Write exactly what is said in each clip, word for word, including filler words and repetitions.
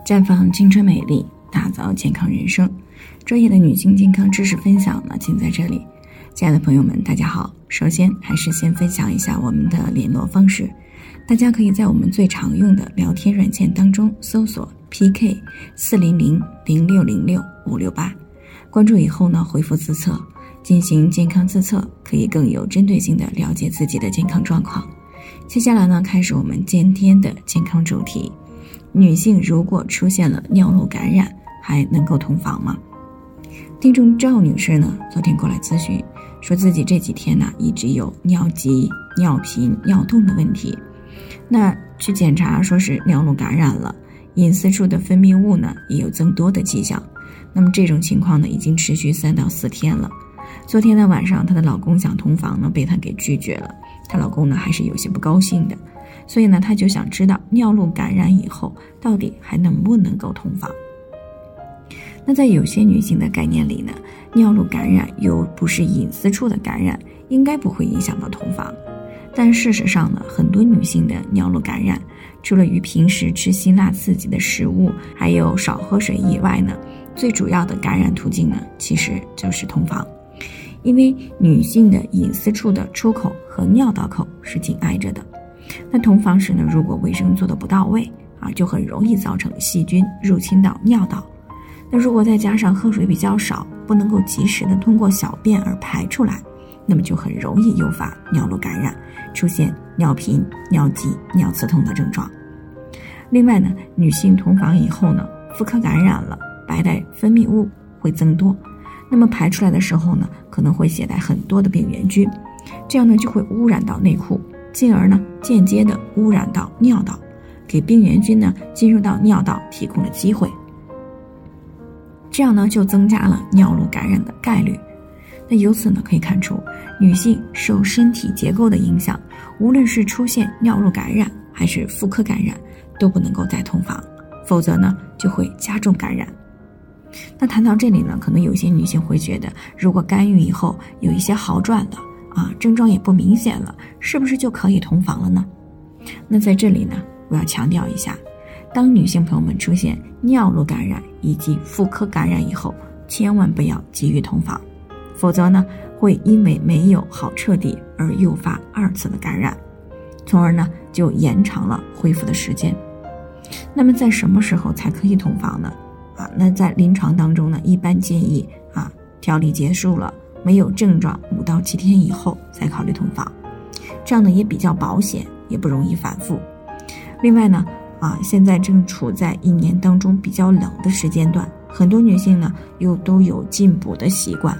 绽放青春美丽，打造健康人生。专业的女性健康知识分享呢，尽在这里。亲爱的朋友们，大家好。首先还是先分享一下我们的联络方式，大家可以在我们最常用的聊天软件当中搜索 P K 四零零零六零六五六八，关注以后呢，回复自测，进行健康自测，可以更有针对性的了解自己的健康状况。接下来呢，开始我们今天的健康主题。女性如果出现了尿路感染，还能够同房吗？听众赵女士呢，昨天过来咨询，说自己这几天呢一直有尿急、尿频、尿痛的问题。那去检查说是尿路感染了，隐私处的分泌物呢也有增多的迹象。那么这种情况呢已经持续三到四天了。昨天的晚上，她的老公想同房呢，被她给拒绝了。她老公呢还是有些不高兴的，所以呢她就想知道尿路感染以后到底还能不能够同房。那在有些女性的概念里呢，尿路感染又不是隐私处的感染，应该不会影响到同房。但事实上呢，很多女性的尿路感染，除了与平时吃辛辣刺激的食物还有少喝水以外呢，最主要的感染途径呢，其实就是同房。因为女性的隐私处的出口和尿道口是紧挨着的，那同房时呢，如果卫生做得不到位啊，就很容易造成细菌入侵到尿道。那如果再加上喝水比较少，不能够及时的通过小便而排出来，那么就很容易诱发尿路感染，出现尿频、尿急、尿刺痛的症状。另外呢，女性同房以后呢，妇科感染了，白带分泌物会增多，那么排出来的时候呢，可能会携带很多的病原菌，这样呢就会污染到内裤，进而呢间接的污染到尿道，给病原菌呢进入到尿道提供了机会，这样呢就增加了尿路感染的概率。那由此呢可以看出，女性受身体结构的影响，无论是出现尿路感染还是妇科感染，都不能够再同房，否则呢就会加重感染。那谈到这里呢，可能有些女性会觉得，如果干预以后有一些好转了啊，症状也不明显了，是不是就可以同房了呢？那在这里呢，我要强调一下，当女性朋友们出现尿路感染以及妇科感染以后，千万不要急于同房，否则呢会因为没有好彻底而诱发二次的感染，从而呢就延长了恢复的时间。那么在什么时候才可以同房呢？啊，那在临床当中呢，一般建议啊，调理结束了，没有症状五到七天以后再考虑同房，这样呢也比较保险，也不容易反复。另外呢，啊，现在正处在一年当中比较冷的时间段，很多女性呢又都有进补的习惯，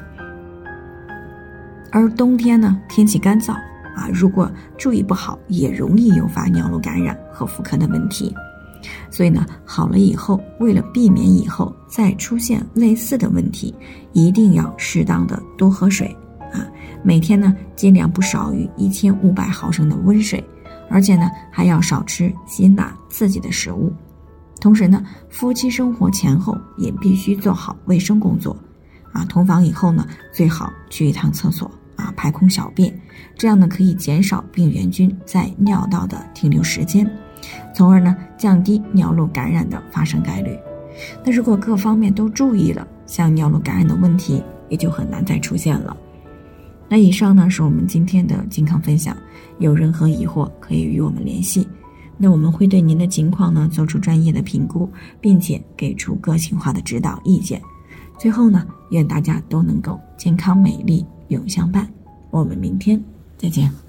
而冬天呢天气干燥啊，如果注意不好，也容易诱发尿路感染和妇科的问题。所以呢，好了以后，为了避免以后再出现类似的问题，一定要适当的多喝水啊，每天呢尽量不少于一千五百毫升的温水，而且呢还要少吃辛辣刺激的食物。同时呢，夫妻生活前后也必须做好卫生工作啊，同房以后呢，最好去一趟厕所啊，排空小便，这样呢可以减少病原菌在尿道的停留时间，从而呢降低尿路感染的发生概率。那如果各方面都注意了，像尿路感染的问题也就很难再出现了。那以上呢是我们今天的健康分享，有任何疑惑可以与我们联系，那我们会对您的情况呢做出专业的评估，并且给出个性化的指导意见。最后呢，愿大家都能够健康美丽永相伴。我们明天再见。